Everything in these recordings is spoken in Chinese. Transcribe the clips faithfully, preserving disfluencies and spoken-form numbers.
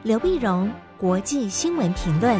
刘必荣国际新闻评论。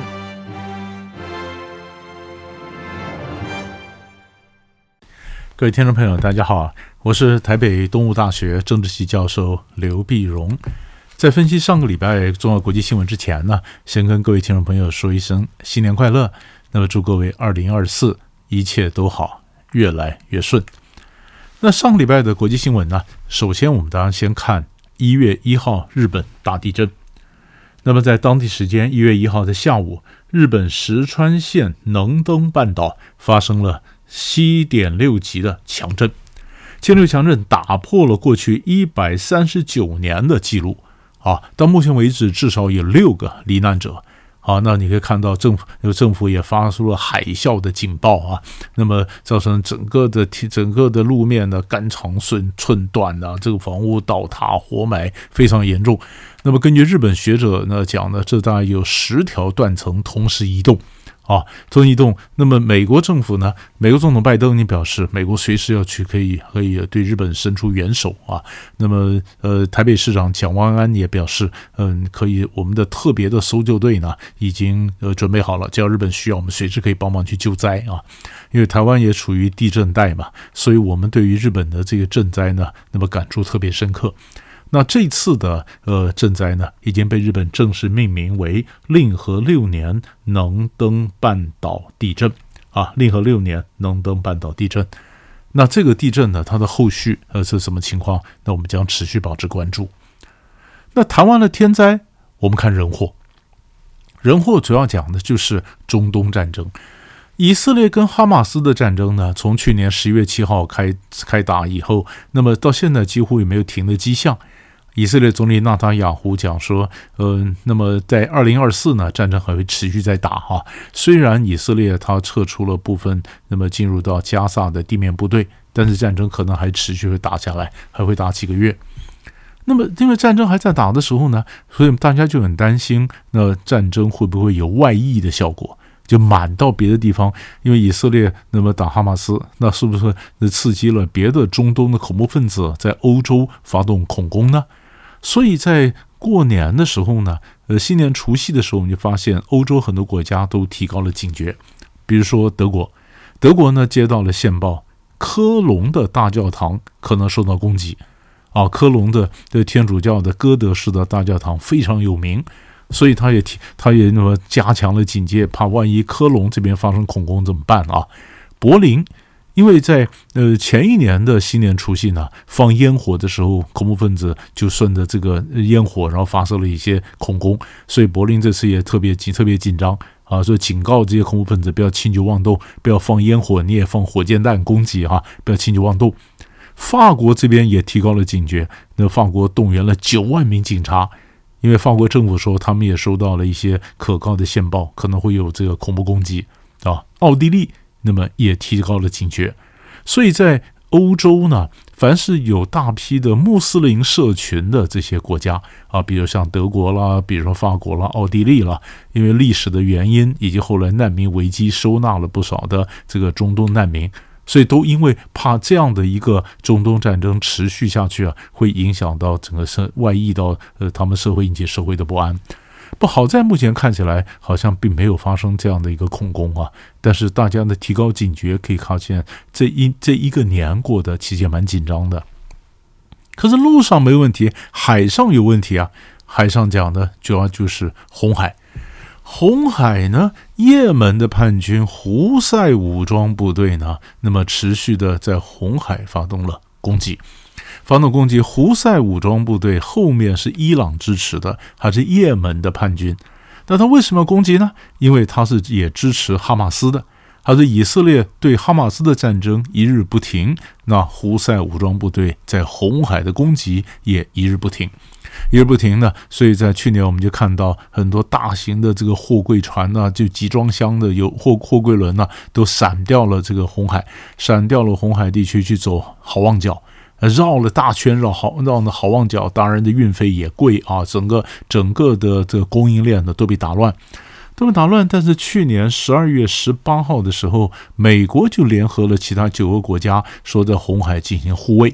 各位听众朋友大家好，我是台北东吴大学政治系教授刘必荣。在分析上个礼拜重要国际新闻之前呢，先跟各位听众朋友说一声新年快乐，那么祝各位二零二四一切都好，越来越顺。那上个礼拜的国际新闻呢，首先我们当然先看一月一号日本大地震。那么在当地时间一月一号的下午，日本石川县能登半岛发生了七点六级的强震，七点六强震打破了过去一百三十九年的记录啊！到目前为止，至少有六个罹难者。好，那你可以看到政府政府也发出了海啸的警报啊，那么造成整个的整个的路面的肝肠寸寸断啊，这个房屋倒塌活埋非常严重。那么根据日本学者呢讲呢，这大概有十条断层同时移动。啊，同时移动。那么美国政府呢？美国总统拜登也表示，美国随时要去可以可以对日本伸出援手啊。那么呃，台北市长蒋万安也表示，嗯，可以，我们的特别的搜救队呢已经呃准备好了，只要日本需要，我们随时可以帮忙去救灾啊。因为台湾也处于地震带嘛，所以我们对于日本的这个震灾呢，那么感触特别深刻。那这次的呃震灾呢，已经被日本正式命名为令和六年能登半岛地震啊，令和六年能登半岛地震。那这个地震呢，它的后续呃是什么情况？那我们将持续保持关注。那台湾的天灾，我们看人祸。人祸主要讲的就是中东战争。以色列跟哈马斯的战争呢，从去年十一月七号开开打以后，那么到现在几乎也没有停的迹象。以色列总理纳塔雅胡讲说，呃，那么在二零二四呢，战争还会持续在打哈。虽然以色列他撤出了部分，那么进入到加萨的地面部队，但是战争可能还持续会打下来，还会打几个月。那么因为战争还在打的时候呢，所以大家就很担心，那战争会不会有外溢的效果？就满到别的地方，因为以色列那么打哈马斯，那是不是刺激了别的中东的恐怖分子在欧洲发动恐攻呢？所以在过年的时候呢，呃，新年除夕的时候，我们就发现欧洲很多国家都提高了警觉。比如说德国，德国呢接到了线报，科隆的大教堂可能受到攻击啊。科隆的的天主教的哥德式的大教堂非常有名。所以他也他也那么加强了警戒，怕万一科隆这边发生恐攻怎么办啊？柏林，因为在呃前一年的新年除夕呢，放烟火的时候，恐怖分子就顺着这个烟火，然后发射了一些恐攻，所以柏林这次也特别紧特别紧张啊，所以警告这些恐怖分子不要轻举妄动，不要放烟火，你也放火箭弹攻击哈、啊，不要轻举妄动。法国这边也提高了警觉，那法国动员了九万名警察。因为法国政府说，他们也收到了一些可靠的线报，可能会有这个恐怖攻击啊。奥地利那么也提高了警觉，所以在欧洲呢，凡是有大批的穆斯林社群的这些国家啊，比如像德国啦，比如说法国啦、奥地利啦，因为历史的原因以及后来难民危机收纳了不少的这个中东难民。所以都因为怕这样的一个中东战争持续下去啊，会影响到整个社外溢到呃他们社会，引起社会的不安。不好在目前看起来好像并没有发生这样的一个恐攻啊，但是大家的提高警觉，可以看见这一这一个年过得其实也蛮紧张的。可是路上没问题，海上有问题啊。海上讲的主要就是红海。红海呢，也门的叛军胡塞武装部队呢，那么持续的在红海发动了攻击。发动攻击，胡塞武装部队后面是伊朗支持的，还是也门的叛军？那他为什么要攻击呢？因为他是也支持哈马斯的，还是以色列对哈马斯的战争一日不停，那胡塞武装部队在红海的攻击也一日不停。一日不停的，所以在去年我们就看到很多大型的这个货柜船呢、啊，就集装箱的有货货柜轮呢、啊，都闪掉了这个红海，闪掉了红海地区去走好望角，绕了大圈绕好绕了好望角，当然的运费也贵啊，整个整个的这个供应链呢都被打乱。都被打乱，但是去年十二月十八号的时候，美国就联合了其他九个国家，说在红海进行护卫。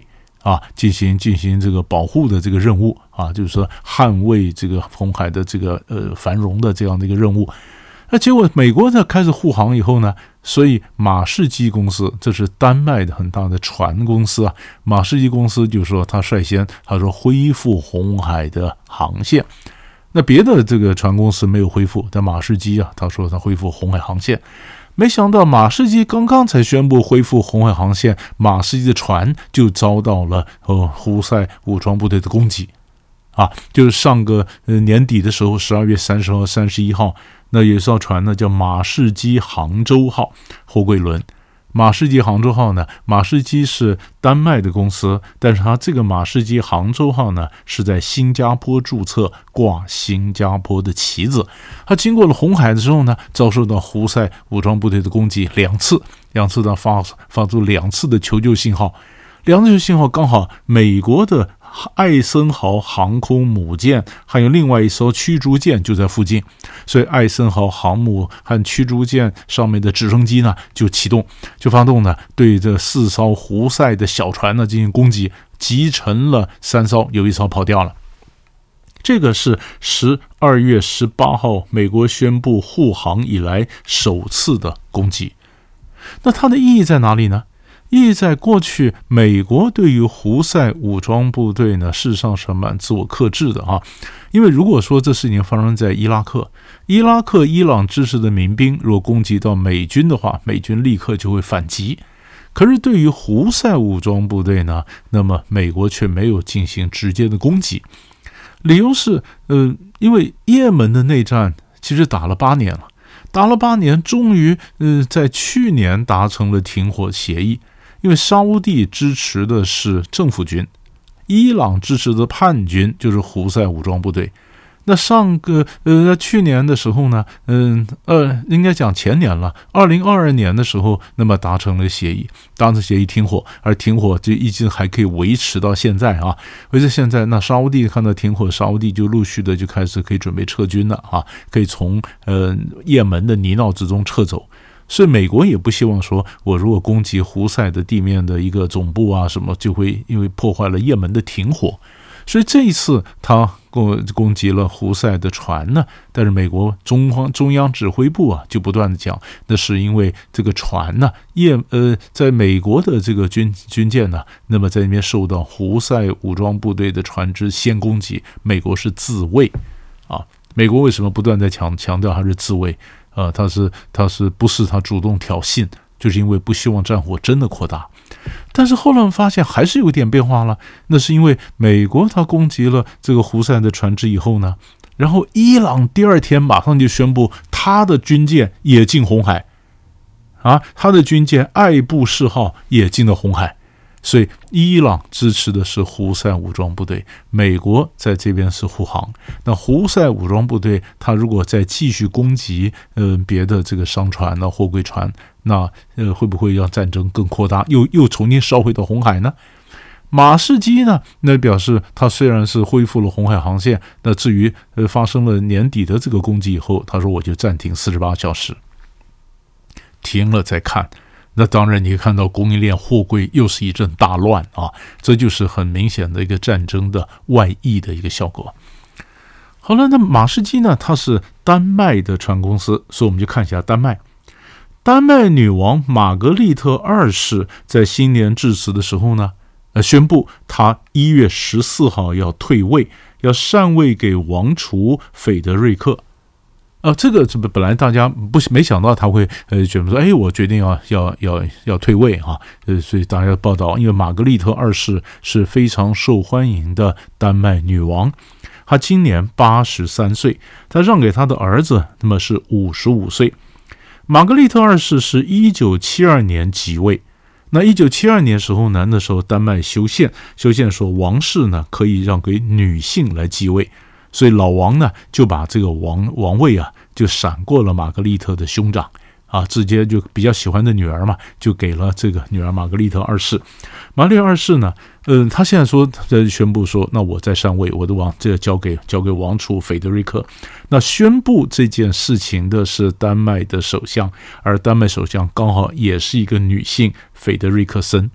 啊，进行进行这个保护的这个任务啊，就是说捍卫这个红海的这个呃繁荣的这样的一个任务。那结果美国呢开始护航以后呢，所以马士基公司，这是丹麦的很大的船公司啊，马士基公司就说他率先他说恢复红海的航线。那别的这个船公司没有恢复，但马士基啊，他说他恢复红海航线。没想到马士基刚刚才宣布恢复红海航线，马士基的船就遭到了呃胡塞武装部队的攻击啊！就是上个呃年底的时候，十二月三十号、三十一号，那有一艘船呢叫马士基杭州号货柜轮。马士基杭州号呢，马士基是丹麦的公司，但是它这个马士基杭州号呢是在新加坡注册，挂新加坡的旗子。它经过了红海的时候呢，遭受到胡塞武装部队的攻击两次，两次呢发发出两次的求救信号，两次信号刚好美国的艾森豪航空母舰还有另外一艘驱逐舰就在附近，所以艾森豪航母和驱逐舰上面的直升机呢就启动，就发动呢对这四艘胡塞的小船呢进行攻击，击沉了三艘，有一艘跑掉了。这个是十二月十八号美国宣布护航以来首次的攻击。那它的意义在哪里呢？意义在过去美国对于胡塞武装部队呢，事实上是蛮自我克制的啊。因为如果说这事情发生在伊拉克，伊拉克伊朗支持的民兵若攻击到美军的话，美军立刻就会反击。可是对于胡塞武装部队呢，那么美国却没有进行直接的攻击。理由是，呃，因为也门的内战其实打了八年了，打了八年，终于呃在去年达成了停火协议。因为沙烏地支持的是政府军，伊朗支持的叛军就是胡塞武装部队。那上个呃去年的时候呢，嗯呃应该讲前年了，二零二二年的时候，那么达成了协议，达成协议停火，而停火就一直还可以维持到现在啊，维持现在。那沙烏地看到停火，沙烏地就陆续的就开始可以准备撤军了啊，可以从呃也门的泥淖之中撤走。所以美国也不希望说，我如果攻击胡塞的地面的一个总部啊什么，就会因为破坏了也门的停火。所以这一次他攻攻击了胡塞的船呢，但是美国中方中央指挥部啊就不断的讲，那是因为这个船呢，也呃在美国的这个军军舰呢，那么在那边受到胡塞武装部队的船只先攻击，美国是自卫啊。美国为什么不断在强强调它是自卫？呃，他是他是不是他主动挑衅，就是因为不希望战火真的扩大。但是后来我们发现还是有点变化了，那是因为美国他攻击了这个胡塞的船只以后呢，然后伊朗第二天马上就宣布他的军舰也进红海啊，他的军舰爱布士号也进了红海。所以伊朗支持的是胡塞武装部队，美国在这边是护航。那胡塞武装部队他如果再继续攻击呃别的这个商船呢、货柜船，那呃会不会让战争更扩大，又又重新烧回到红海呢？马士基呢，那表示他虽然是恢复了红海航线，那至于呃发生了年底的这个攻击以后，他说我就暂停四十八小时，停了再看。那当然，你可以看到供应链货柜又是一阵大乱啊！这就是很明显的一个战争的外溢的一个效果。好了，那马士基呢，它是丹麦的船公司，所以我们就看一下丹麦。丹麦女王玛格丽特二世在新年致辞的时候呢，呃，宣布她一月十四号要退位，要禅位给王储斐德瑞克。啊，这个本来大家不没想到他会呃觉得说，哎，我决定要要要要退位啊，呃，所以大家报道，因为玛格丽特二世是非常受欢迎的丹麦女王，她今年八十三岁，她让给她的儿子那么是五十五岁。玛格丽特二世是一九七二年即位，那一九七二年时候呢，那时候丹麦修宪，修宪说王室呢可以让给女性来继位。所以老王呢就把这个王王位啊就闪过了玛格丽特的兄长啊，直接就比较喜欢的女儿嘛，就给了这个女儿玛格丽特二世。玛格丽特二世呢，嗯，他现在说在宣布说，那我在上位，我的王这个交给交给王储斐德瑞克。那宣布这件事情的是丹麦的首相，而丹麦首相刚好也是一个女性，斐德瑞克森。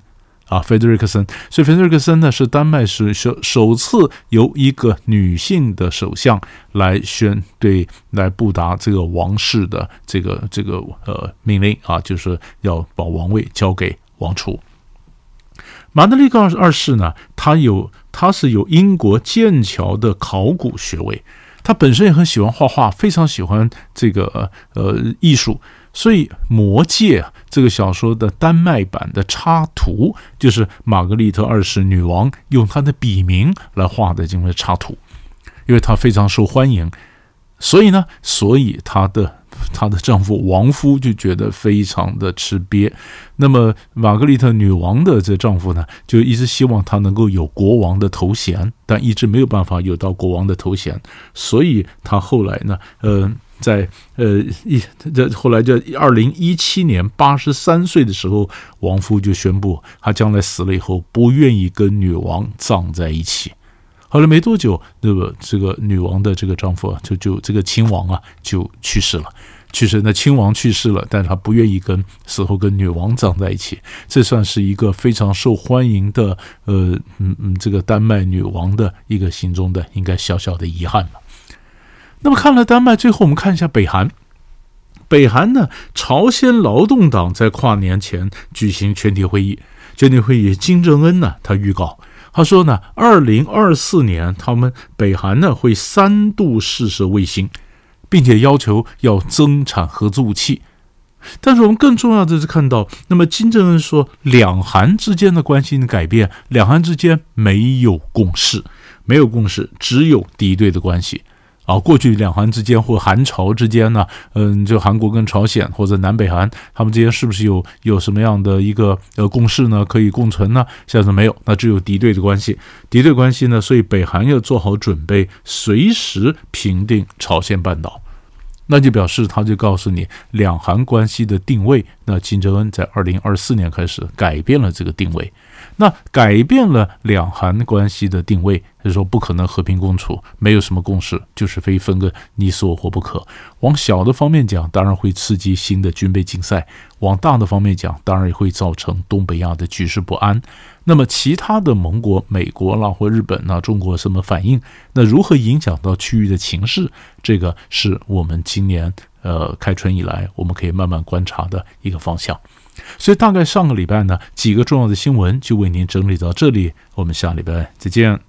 啊，菲德瑞克森，所以菲德瑞克森呢是丹麦是首首次由一个女性的首相来宣对来布达这个王室的这个这个呃命令啊，就是要把王位交给王储。马德里克二世呢，他有他是有英国剑桥的考古学位，他本身也很喜欢画画，非常喜欢这个呃艺术。所以《魔戒》这个小说的丹麦版的插图，就是玛格丽特二世女王用她的笔名来画的这个插图，因为她非常受欢迎，所以呢，所以她的她的丈夫王夫就觉得非常的吃瘪。那么玛格丽特女王的这丈夫呢，就一直希望她能够有国王的头衔，但一直没有办法有到国王的头衔，所以她后来呢，呃。在呃一这后来在二零一七年八十三岁的时候，王夫就宣布他将来死了以后不愿意跟女王葬在一起。后来没多久，那个这个女王的这个丈夫啊，就就这个亲王啊就去世了。去世，那亲王去世了，但是他不愿意跟死后跟女王葬在一起，这算是一个非常受欢迎的呃嗯嗯这个丹麦女王的一个心中的应该小小的遗憾吧。那么看了丹麦，最后我们看一下北韩。北韩呢，朝鲜劳动党在跨年前举行全体会议，全体会议金正恩呢，他预告，他说呢，二零二四年他们北韩呢会三度试射卫星，并且要求要增产核子武器。但是我们更重要的是看到，那么金正恩说，两韩之间的关系的改变，两韩之间没有共识，没有共识，只有敌对的关系。啊，过去两韩之间或韩朝之间呢，嗯，就韩国跟朝鲜或者南北韩，他们之间是不是有有什么样的一个呃共识呢？可以共存呢？现在没有，那只有敌对的关系。敌对关系呢，所以北韩要做好准备，随时平定朝鲜半岛。那就表示他就告诉你两韩关系的定位。那金正恩在二零二四年开始改变了这个定位。那改变了两韩关系的定位，就是说不可能和平共处，没有什么共识，就是非分个你死我活不可。往小的方面讲，当然会刺激新的军备竞赛；往大的方面讲，当然也会造成东北亚的局势不安。那么其他的盟国，美国啦或日本啦、中国什么反应？那如何影响到区域的情势？这个是我们今年呃开春以来，我们可以慢慢观察的一个方向。所以大概上个礼拜呢，几个重要的新闻就为您整理到这里，我们下礼拜再见。